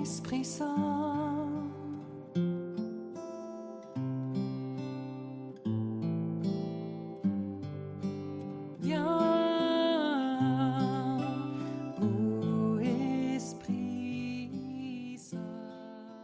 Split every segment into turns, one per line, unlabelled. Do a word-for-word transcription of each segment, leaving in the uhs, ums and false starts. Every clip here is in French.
Esprit Saint. Viens, ô Esprit Saint.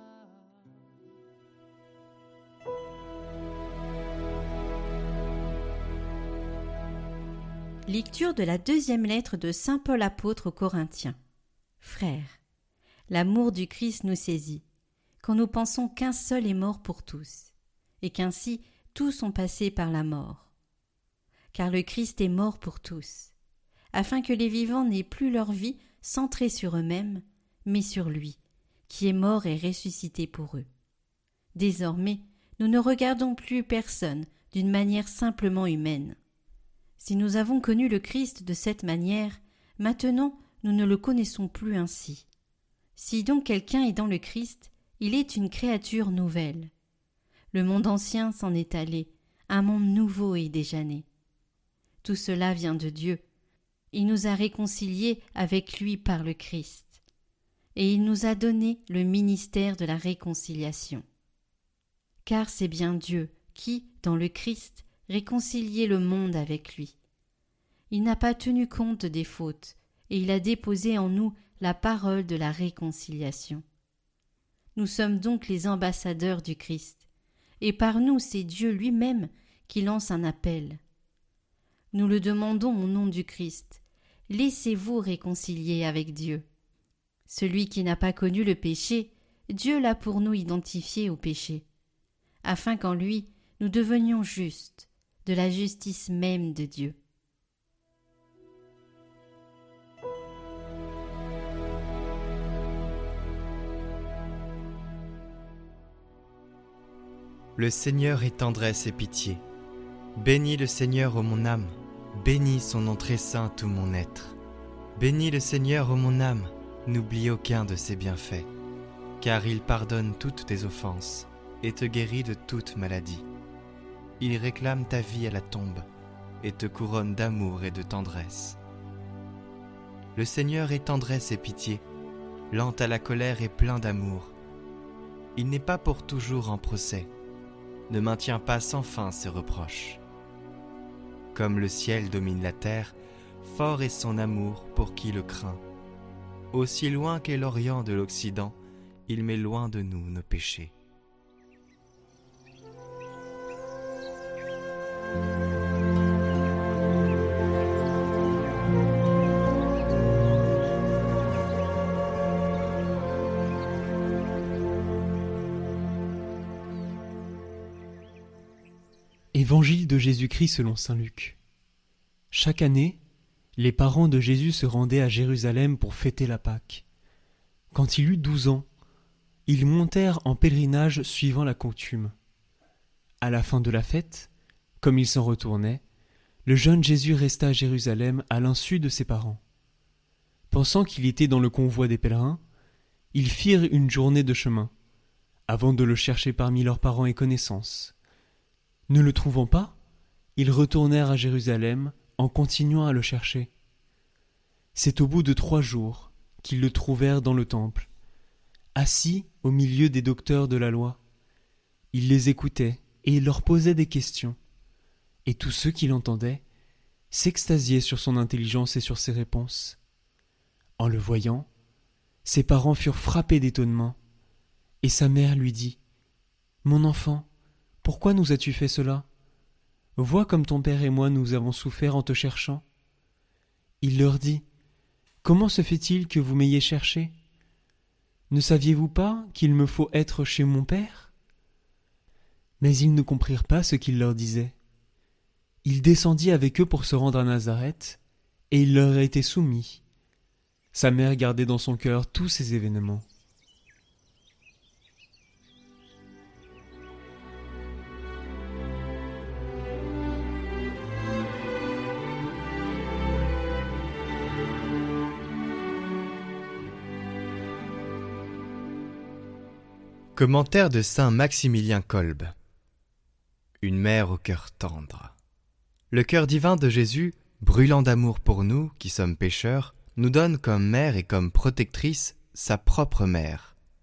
Lecture de la deuxième lettre de saint Paul apôtre aux Corinthiens. Frères, l'amour du Christ nous saisit, quand nous pensons qu'un seul est mort pour tous, et qu'ainsi tous sont passés par la mort. Car le Christ est mort pour tous, afin que les vivants n'aient plus leur vie centrée sur eux-mêmes, mais sur lui, qui est mort et ressuscité pour eux. Désormais, nous ne regardons plus personne d'une manière simplement humaine. Si nous avons connu le Christ de cette manière, maintenant nous ne le connaissons plus ainsi. Si donc quelqu'un est dans le Christ, il est une créature nouvelle. Le monde ancien s'en est allé, un monde nouveau est déjà né. Tout cela vient de Dieu. Il nous a réconciliés avec lui par le Christ. Et il nous a donné le ministère de la réconciliation. Car c'est bien Dieu qui, dans le Christ, réconciliait le monde avec lui. Il n'a pas tenu compte des fautes, et il a déposé en nous la parole de la réconciliation. Nous sommes donc les ambassadeurs du Christ, et par nous c'est Dieu lui-même qui lance un appel. Nous le demandons au nom du Christ, laissez-vous réconcilier avec Dieu. Celui qui n'a pas connu le péché, Dieu l'a pour nous identifié au péché, afin qu'en lui nous devenions justes, de la justice même de Dieu.
Le Seigneur est tendresse et pitié. Bénis le Seigneur, ô mon âme, bénis son nom très saint tout mon être. Bénis le Seigneur, ô mon âme, n'oublie aucun de ses bienfaits, car il pardonne toutes tes offenses et te guérit de toute maladie. Il réclame ta vie à la tombe et te couronne d'amour et de tendresse. Le Seigneur est tendresse et pitié, lent à la colère et plein d'amour. Il n'est pas pour toujours en procès, ne maintient pas sans fin ses reproches. Comme le ciel domine la terre, fort est son amour pour qui le craint. Aussi loin qu'est l'Orient de l'Occident, il met loin de nous nos péchés.
Évangile de Jésus-Christ selon saint Luc. Chaque année, les parents de Jésus se rendaient à Jérusalem pour fêter la Pâque. Quand il eut douze ans, ils montèrent en pèlerinage suivant la coutume. À la fin de la fête, comme ils s'en retournaient, le jeune Jésus resta à Jérusalem à l'insu de ses parents. Pensant qu'il était dans le convoi des pèlerins, ils firent une journée de chemin, avant de le chercher parmi leurs parents et connaissances. Ne le trouvant pas, ils retournèrent à Jérusalem en continuant à le chercher. C'est au bout de trois jours qu'ils le trouvèrent dans le temple, assis au milieu des docteurs de la loi. Il les écoutait et il leur posait des questions, et tous ceux qui l'entendaient s'extasiaient sur son intelligence et sur ses réponses. En le voyant, ses parents furent frappés d'étonnement, et sa mère lui dit : « Mon enfant, pourquoi nous as-tu fait cela ? Vois comme ton père et moi nous avons souffert en te cherchant. » Il leur dit : « Comment se fait-il que vous m'ayez cherché ? Ne saviez-vous pas qu'il me faut être chez mon père ? » Mais ils ne comprirent pas ce qu'il leur disait. Il descendit avec eux pour se rendre à Nazareth, et il leur a été soumis. Sa mère gardait dans son cœur tous ces événements.
Commentaire de saint Maximilien Kolb. Une mère au cœur tendre. Le cœur divin de Jésus, brûlant d'amour pour nous, qui sommes pécheurs, nous donne comme mère et comme protectrice sa propre mère,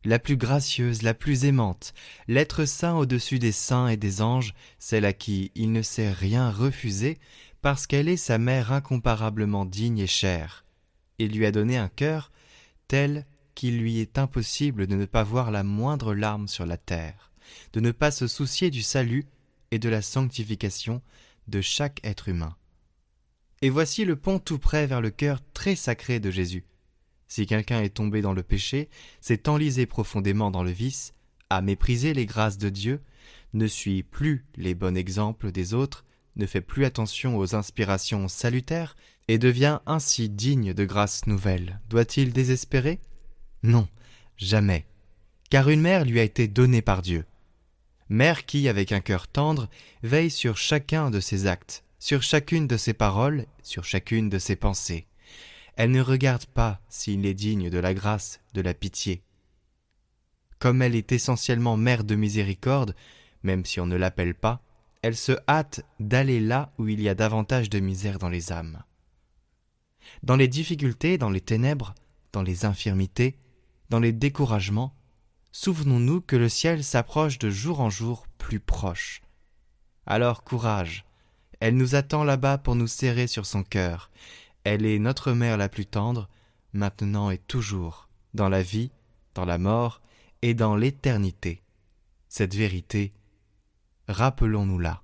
la plus gracieuse, la plus aimante, l'être saint au-dessus des saints et des anges, celle à qui il ne sait rien refuser, parce qu'elle est sa mère incomparablement digne et chère. Il lui a donné un cœur tel qu'il lui est impossible de ne pas voir la moindre larme sur la terre, de ne pas se soucier du salut et de la sanctification de chaque être humain. Et voici le pont tout près vers le cœur très sacré de Jésus. Si quelqu'un est tombé dans le péché, s'est enlisé profondément dans le vice, a méprisé les grâces de Dieu, ne suit plus les bons exemples des autres, ne fait plus attention aux inspirations salutaires et devient ainsi digne de grâces nouvelles, doit-il désespérer ? Non, jamais, car une mère lui a été donnée par Dieu. Mère qui, avec un cœur tendre, veille sur chacun de ses actes, sur chacune de ses paroles, sur chacune de ses pensées. Elle ne regarde pas s'il est digne de la grâce, de la pitié. Comme elle est essentiellement mère de miséricorde, même si on ne l'appelle pas, elle se hâte d'aller là où il y a davantage de misère dans les âmes. Dans les difficultés, dans les ténèbres, dans les infirmités, dans les découragements, souvenons-nous que le ciel s'approche de jour en jour plus proche. Alors courage, elle nous attend là-bas pour nous serrer sur son cœur. Elle est notre mère la plus tendre, maintenant et toujours, dans la vie, dans la mort et dans l'éternité. Cette vérité, rappelons-nous-la.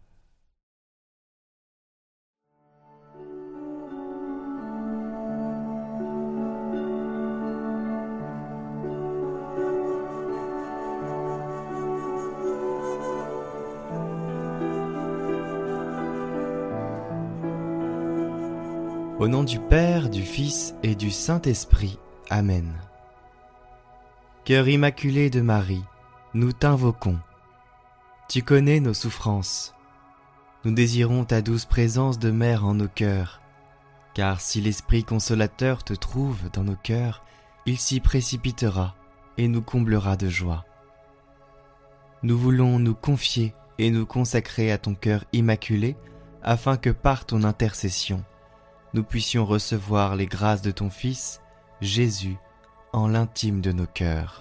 Au nom du Père, du Fils et du Saint-Esprit. Amen. Cœur immaculé de Marie, nous t'invoquons. Tu connais nos souffrances. Nous désirons ta douce présence de mère en nos cœurs, car si l'Esprit consolateur te trouve dans nos cœurs, il s'y précipitera et nous comblera de joie. Nous voulons nous confier et nous consacrer à ton cœur immaculé, afin que par ton intercession, nous puissions recevoir les grâces de ton Fils, Jésus, en l'intime de nos cœurs.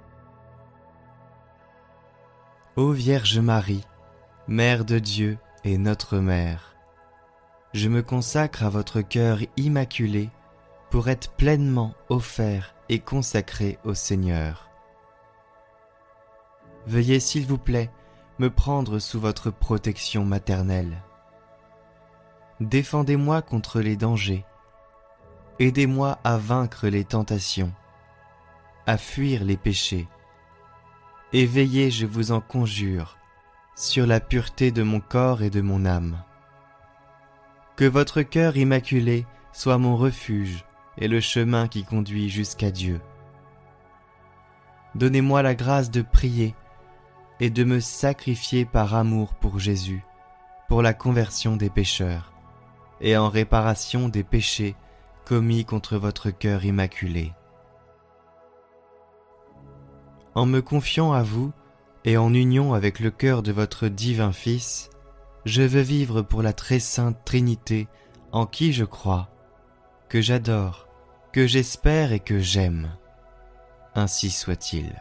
Ô Vierge Marie, Mère de Dieu et notre Mère, je me consacre à votre cœur immaculé pour être pleinement offert et consacré au Seigneur. Veuillez, s'il vous plaît, me prendre sous votre protection maternelle. Défendez-moi contre les dangers. Aidez-moi à vaincre les tentations, à fuir les péchés. Et veillez, je vous en conjure, sur la pureté de mon corps et de mon âme. Que votre cœur immaculé soit mon refuge et le chemin qui conduit jusqu'à Dieu. Donnez-moi la grâce de prier et de me sacrifier par amour pour Jésus, pour la conversion des pécheurs et en réparation des péchés commis contre votre cœur immaculé. En me confiant à vous et en union avec le cœur de votre divin Fils, je veux vivre pour la très sainte Trinité en qui je crois, que j'adore, que j'espère et que j'aime. Ainsi soit-il.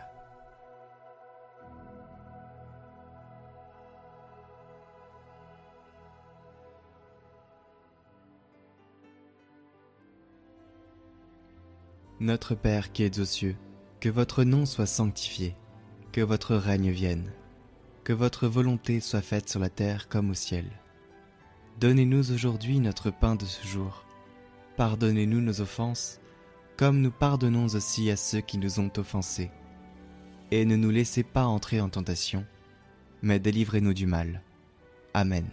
Notre Père qui es aux cieux, que votre nom soit sanctifié, que votre règne vienne, que votre volonté soit faite sur la terre comme au ciel. Donnez-nous aujourd'hui notre pain de ce jour. Pardonnez-nous nos offenses, comme nous pardonnons aussi à ceux qui nous ont offensés. Et ne nous laissez pas entrer en tentation, mais délivrez-nous du mal. Amen.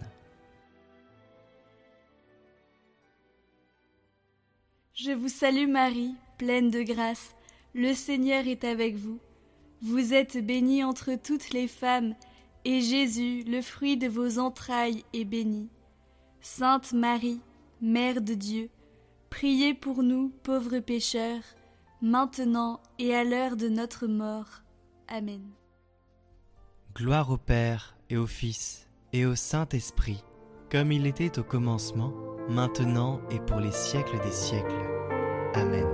Je vous salue Marie, pleine de grâce, le Seigneur est avec vous. Vous êtes bénie entre toutes les femmes, et Jésus, le fruit de vos entrailles, est béni. Sainte Marie, Mère de Dieu, priez pour nous, pauvres pécheurs, maintenant et à l'heure de notre mort. Amen.
Gloire au Père et au Fils et au Saint-Esprit, comme il était au commencement, maintenant et pour les siècles des siècles. Amen.